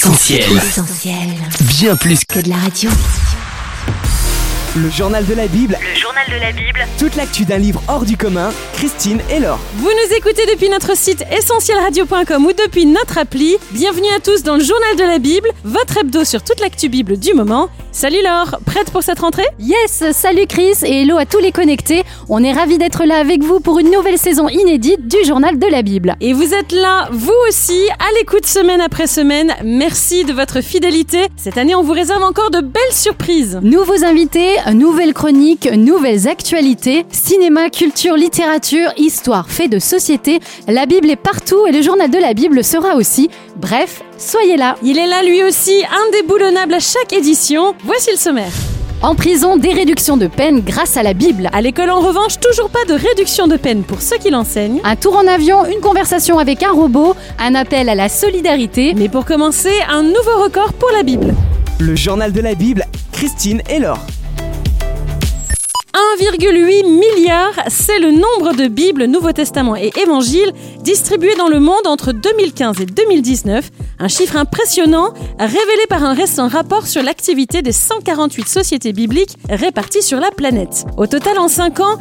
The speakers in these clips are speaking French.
Essentiel. Bien plus que de la radio. Le journal de la Bible. Toute l'actu d'un livre hors du commun. Christine et Laure. Vous nous écoutez depuis notre site essentielradio.com ou depuis notre appli. Bienvenue à tous dans le journal de la Bible, votre hebdo sur toute l'actu Bible du moment. Salut Laure, prête pour cette rentrée ? Yes, salut Chris et hello à tous les connectés. On est ravis d'être là avec vous pour une nouvelle saison inédite du journal de la Bible. Et vous êtes là, vous aussi, à l'écoute semaine après semaine. Merci de votre fidélité. Cette année, on vous réserve encore de belles surprises. Nouveaux invités, nouvelles chroniques, nouvelles actualités, cinéma, culture, littérature, histoire, faits de société. La Bible est partout et le journal de la Bible sera aussi. Bref, soyez là. Il est là lui aussi, indéboulonnable à chaque édition. Voici le sommaire. En prison, des réductions de peine grâce à la Bible. À l'école en revanche, toujours pas de réduction de peine pour ceux qui l'enseignent. Un tour en avion, une conversation avec un robot, un appel à la solidarité. Mais pour commencer, un nouveau record pour la Bible. Le journal de la Bible. Christine et Laure. 1,8 milliard, c'est le nombre de Bibles, Nouveau Testament et Évangiles distribués dans le monde entre 2015 et 2019. Un chiffre impressionnant révélé par un récent rapport sur l'activité des 148 sociétés bibliques réparties sur la planète. Au total, en 5 ans,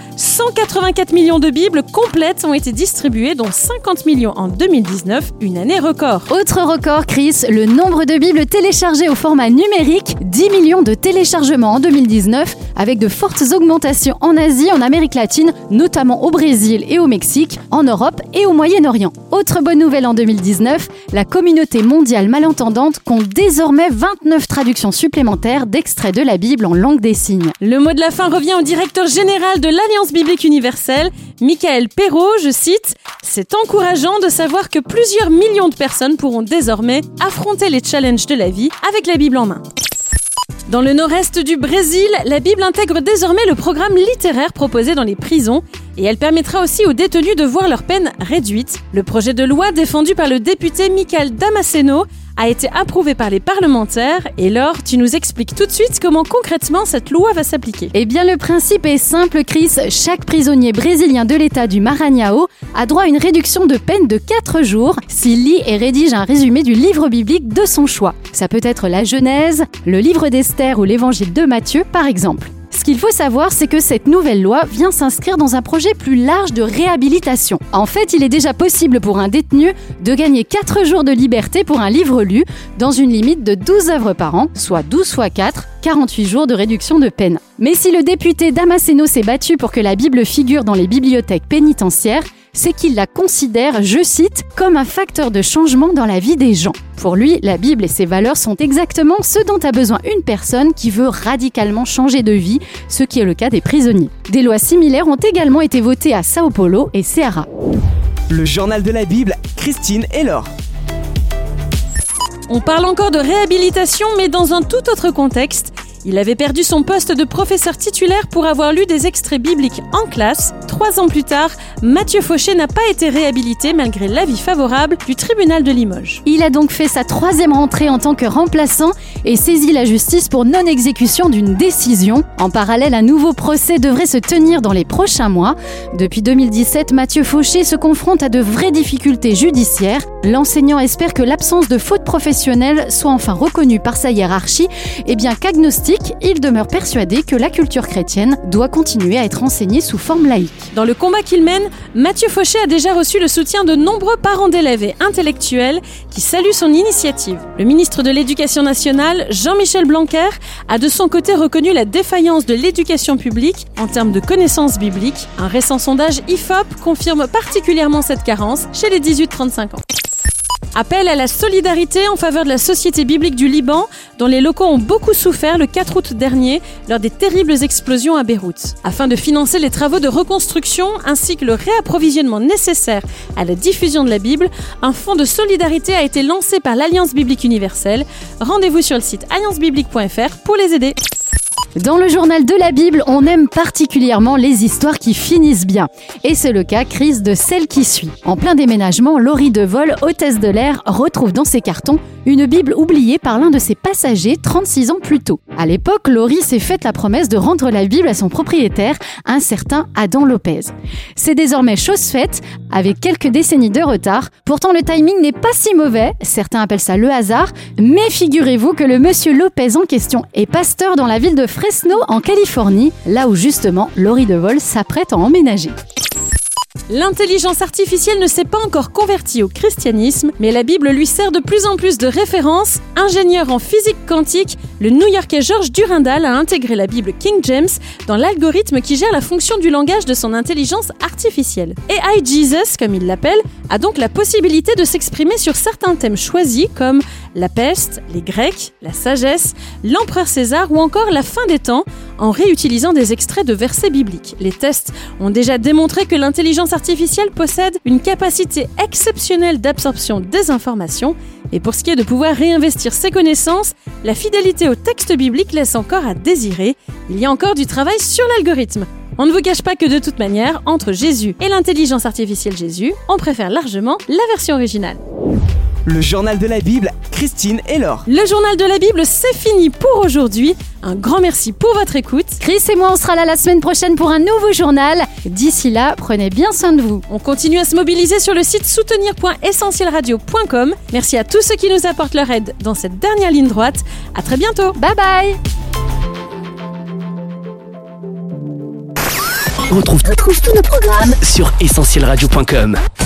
184 millions de Bibles complètes ont été distribuées, dont 50 millions en 2019, une année record. Autre record, Chris, le nombre de Bibles téléchargées au format numérique, 10 millions de téléchargements en 2019, avec de fortes augmentations en Asie, en Amérique latine, notamment au Brésil et au Mexique, en Europe et au Moyen-Orient. Autre bonne nouvelle en 2019, la communauté mondiale malentendante compte désormais 29 traductions supplémentaires d'extraits de la Bible en langue des signes. Le mot de la fin revient au directeur général de l'Alliance biblique universelle, Michael Perrault, je cite « C'est encourageant de savoir que plusieurs millions de personnes pourront désormais affronter les challenges de la vie avec la Bible en main ». Dans le nord-est du Brésil, la Bible intègre désormais le programme littéraire proposé dans les prisons et elle permettra aussi aux détenus de voir leur peine réduite. Le projet de loi défendu par le député Michael Damasceno a été approuvé par les parlementaires. Et Laure, tu nous expliques tout de suite comment concrètement cette loi va s'appliquer. Eh bien, le principe est simple, Chris. Chaque prisonnier brésilien de l'État du Maranhão a droit à une réduction de peine de 4 jours s'il lit et rédige un résumé du livre biblique de son choix. Ça peut être la Genèse, le livre d'Esther ou l'évangile de Matthieu, par exemple. Ce qu'il faut savoir, c'est que cette nouvelle loi vient s'inscrire dans un projet plus large de réhabilitation. En fait, il est déjà possible pour un détenu de gagner 4 jours de liberté pour un livre lu, dans une limite de 12 œuvres par an, soit 12 fois 4, 48 jours de réduction de peine. Mais si le député Damasceno s'est battu pour que la Bible figure dans les bibliothèques pénitentiaires, c'est qu'il la considère, je cite, comme un facteur de changement dans la vie des gens. Pour lui, la Bible et ses valeurs sont exactement ce dont a besoin une personne qui veut radicalement changer de vie, ce qui est le cas des prisonniers. Des lois similaires ont également été votées à Sao Paulo et Ceará. Le journal de la Bible. Christine et Laure. On parle encore de réhabilitation, mais dans un tout autre contexte. Il avait perdu son poste de professeur titulaire pour avoir lu des extraits bibliques en classe. 3 ans plus tard, Mathieu Fauché n'a pas été réhabilité malgré l'avis favorable du tribunal de Limoges. Il a donc fait sa 3e rentrée en tant que remplaçant et saisi la justice pour non-exécution d'une décision. En parallèle, un nouveau procès devrait se tenir dans les prochains mois. Depuis 2017, Mathieu Fauché se confronte à de vraies difficultés judiciaires. L'enseignant espère que l'absence de faute professionnelle soit enfin reconnue par sa hiérarchie et bien qu'agnostique, il demeure persuadé que la culture chrétienne doit continuer à être enseignée sous forme laïque. Dans le combat qu'il mène, Mathieu Fauché a déjà reçu le soutien de nombreux parents d'élèves et intellectuels qui saluent son initiative. Le ministre de l'Éducation nationale, Jean-Michel Blanquer, a de son côté reconnu la défaillance de l'éducation publique en termes de connaissances bibliques. Un récent sondage IFOP confirme particulièrement cette carence chez les 18-35 ans. Appel à la solidarité en faveur de la Société biblique du Liban, dont les locaux ont beaucoup souffert le 4 août dernier lors des terribles explosions à Beyrouth. Afin de financer les travaux de reconstruction ainsi que le réapprovisionnement nécessaire à la diffusion de la Bible, un fonds de solidarité a été lancé par l'Alliance biblique universelle. Rendez-vous sur le site alliancebiblique.fr pour les aider. Dans le journal de la Bible, on aime particulièrement les histoires qui finissent bien. Et c'est le cas, Chris, de celle qui suit. En plein déménagement, Laurie Devol, hôtesse de l'air, retrouve dans ses cartons une Bible oubliée par l'un de ses passagers 36 ans plus tôt. À l'époque, Laurie s'est faite la promesse de rendre la Bible à son propriétaire, un certain Adam Lopez. C'est désormais chose faite, avec quelques décennies de retard. Pourtant, le timing n'est pas si mauvais, certains appellent ça le hasard, mais figurez-vous que le monsieur Lopez en question est pasteur dans la ville de Fresno, en Californie, là où justement Laurie Devol s'apprête à emménager. L'intelligence artificielle ne s'est pas encore convertie au christianisme, mais la Bible lui sert de plus en plus de référence. Ingénieur en physique quantique, le New-Yorkais George Durandal a intégré la Bible King James dans l'algorithme qui gère la fonction du langage de son intelligence artificielle. AI Jesus, comme il l'appelle, a donc la possibilité de s'exprimer sur certains thèmes choisis comme la peste, les Grecs, la sagesse, l'empereur César ou encore la fin des temps, en réutilisant des extraits de versets bibliques. Les tests ont déjà démontré que l'intelligence artificielle possède une capacité exceptionnelle d'absorption des informations. Et pour ce qui est de pouvoir réinvestir ses connaissances, la fidélité au texte biblique laisse encore à désirer. Il y a encore du travail sur l'algorithme. On ne vous cache pas que de toute manière, entre Jésus et l'intelligence artificielle Jésus, on préfère largement la version originale. Le journal de la Bible, Christine et Laure. Le journal de la Bible, c'est fini pour aujourd'hui. Un grand merci pour votre écoute. Chris et moi, on sera là la semaine prochaine pour un nouveau journal. D'ici là, prenez bien soin de vous. On continue à se mobiliser sur le site soutenir.essentielradio.com. Merci à tous ceux qui nous apportent leur aide dans cette dernière ligne droite. À très bientôt. Bye bye. On retrouve tous nos programmes sur essentielradio.com.